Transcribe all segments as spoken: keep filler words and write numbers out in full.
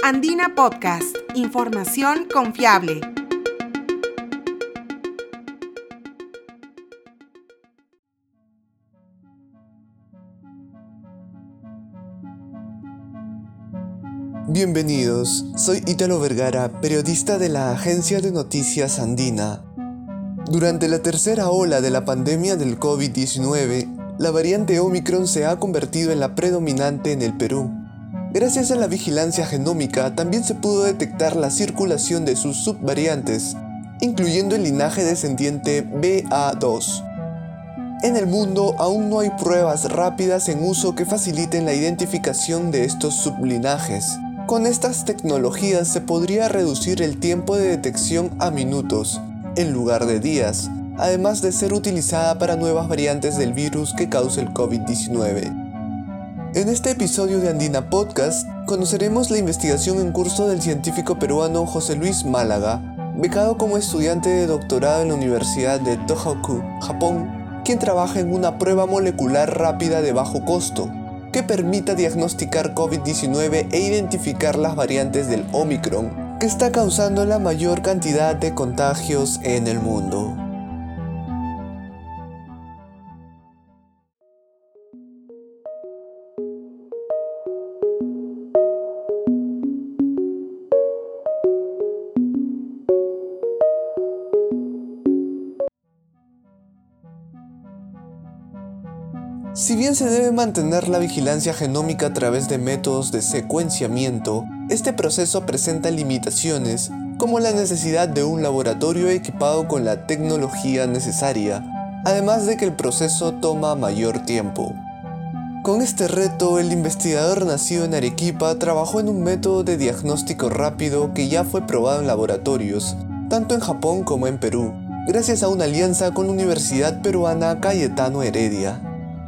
Andina Podcast, información confiable. Bienvenidos, soy Ítalo Vergara, periodista de la agencia de noticias Andina. Durante la tercera ola de la pandemia del COVID diecinueve, la variante Omicron se ha convertido en la predominante en el Perú. Gracias a la vigilancia genómica, también se pudo detectar la circulación de sus subvariantes, incluyendo el linaje descendiente B A dos. En el mundo aún no hay pruebas rápidas en uso que faciliten la identificación de estos sublinajes. Con estas tecnologías se podría reducir el tiempo de detección a minutos, en lugar de días, además de ser utilizada para nuevas variantes del virus que causa el COVID diecinueve. En este episodio de Andina Podcast, conoceremos la investigación en curso del científico peruano José Luis Málaga, becado como estudiante de doctorado en la Universidad de Tohoku, Japón, quien trabaja en una prueba molecular rápida de bajo costo, que permita diagnosticar COVID diecinueve e identificar las variantes del Omicron, que está causando la mayor cantidad de contagios en el mundo. Si bien se debe mantener la vigilancia genómica a través de métodos de secuenciamiento, este proceso presenta limitaciones, como la necesidad de un laboratorio equipado con la tecnología necesaria, además de que el proceso toma mayor tiempo. Con este reto, el investigador nacido en Arequipa trabajó en un método de diagnóstico rápido que ya fue probado en laboratorios, tanto en Japón como en Perú, gracias a una alianza con la Universidad Peruana Cayetano Heredia.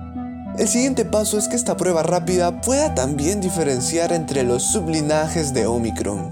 El siguiente paso es que esta prueba rápida pueda también diferenciar entre los sublinajes de Omicron.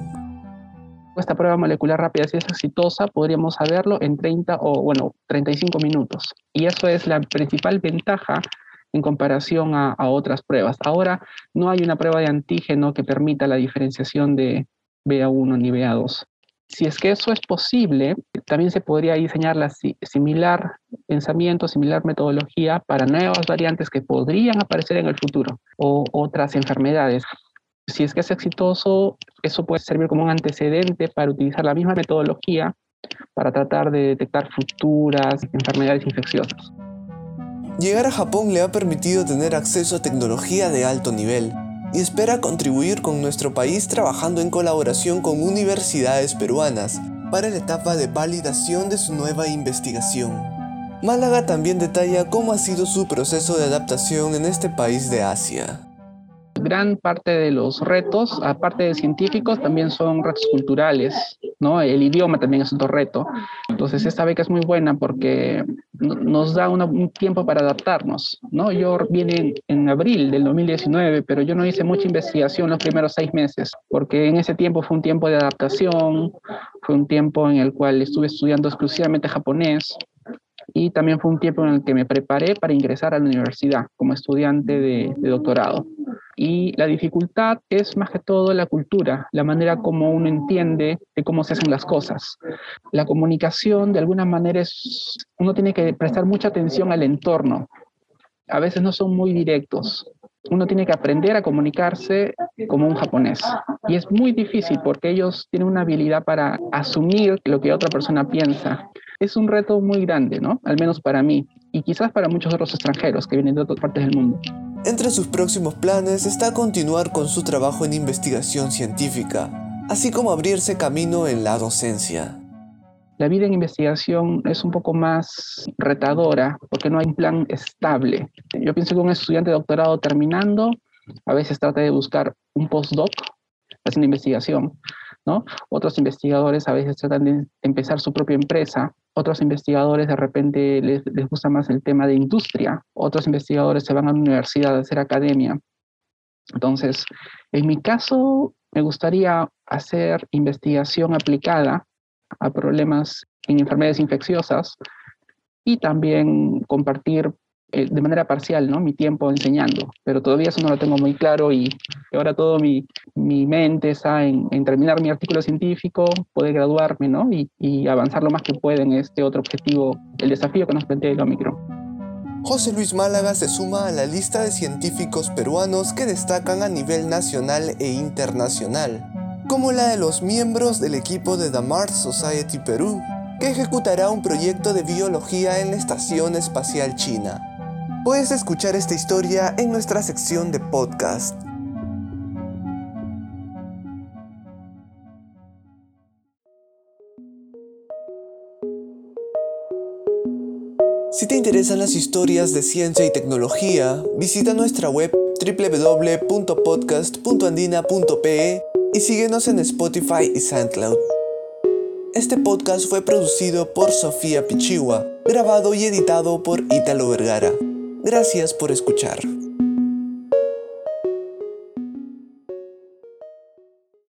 Esta prueba molecular rápida, si es exitosa, podríamos saberlo en treinta o bueno, treinta y cinco minutos. Y eso es la principal ventaja en comparación a, a otras pruebas. Ahora no hay una prueba de antígeno que permita la diferenciación de B A uno ni B A dos. Si es que eso es posible, también se podría diseñar la si- similar pensamiento, similar metodología para nuevas variantes que podrían aparecer en el futuro o otras enfermedades. Si es que es exitoso, eso puede servir como un antecedente para utilizar la misma metodología para tratar de detectar futuras enfermedades infecciosas. Llegar a Japón le ha permitido tener acceso a tecnología de alto nivel y espera contribuir con nuestro país trabajando en colaboración con universidades peruanas para la etapa de validación de su nueva investigación. Málaga también detalla cómo ha sido su proceso de adaptación en este país de Asia. Gran parte de los retos, aparte de científicos, también son retos culturales, ¿no? El idioma también es otro reto. Entonces, esta beca es muy buena porque nos da una, un tiempo para adaptarnos, ¿no? Yo vine en, en abril del dos mil diecinueve, pero yo no hice mucha investigación los primeros seis meses, porque en ese tiempo fue un tiempo de adaptación, fue un tiempo en el cual estuve estudiando exclusivamente japonés, y también fue un tiempo en el que me preparé para ingresar a la universidad como estudiante de, de doctorado. Y la dificultad es más que todo la cultura, la manera como uno entiende de cómo se hacen las cosas. La comunicación, de alguna manera, es, uno tiene que prestar mucha atención al entorno. A veces no son muy directos. Uno tiene que aprender a comunicarse como un japonés. Y es muy difícil porque ellos tienen una habilidad para asumir lo que otra persona piensa. Es un reto muy grande, ¿no? Al menos para mí. Y quizás para muchos otros extranjeros que vienen de otras partes del mundo. Entre sus próximos planes está continuar con su trabajo en investigación científica, así como abrirse camino en la docencia. La vida en investigación es un poco más retadora porque no hay un plan estable. Yo pienso que un estudiante de doctorado terminando a veces trata de buscar un postdoc haciendo investigación, ¿no? Otros investigadores a veces tratan de empezar su propia empresa. Otros investigadores de repente les, les gusta más el tema de industria. Otros investigadores se van a la universidad a hacer academia. Entonces, en mi caso, me gustaría hacer investigación aplicada a problemas en enfermedades infecciosas y también compartir eh, de manera parcial, ¿no? Mi tiempo enseñando, pero todavía eso no lo tengo muy claro y ahora todo mi, mi mente está en, en terminar mi artículo científico, poder graduarme, ¿no? Y, y avanzar lo más que pueda en este otro objetivo, el desafío que nos plantea el Omicron. José Luis Málaga se suma a la lista de científicos peruanos que destacan a nivel nacional e internacional, como la de los miembros del equipo de The Mars Society Perú, que ejecutará un proyecto de biología en la Estación Espacial China. Puedes escuchar esta historia en nuestra sección de podcast. Si te interesan las historias de ciencia y tecnología, visita nuestra web doble u doble u doble u punto podcast punto andina punto pe e y síguenos en Spotify y SoundCloud. Este podcast fue producido por Sofía Pichigua, grabado y editado por Ítalo Vergara. Gracias por escuchar.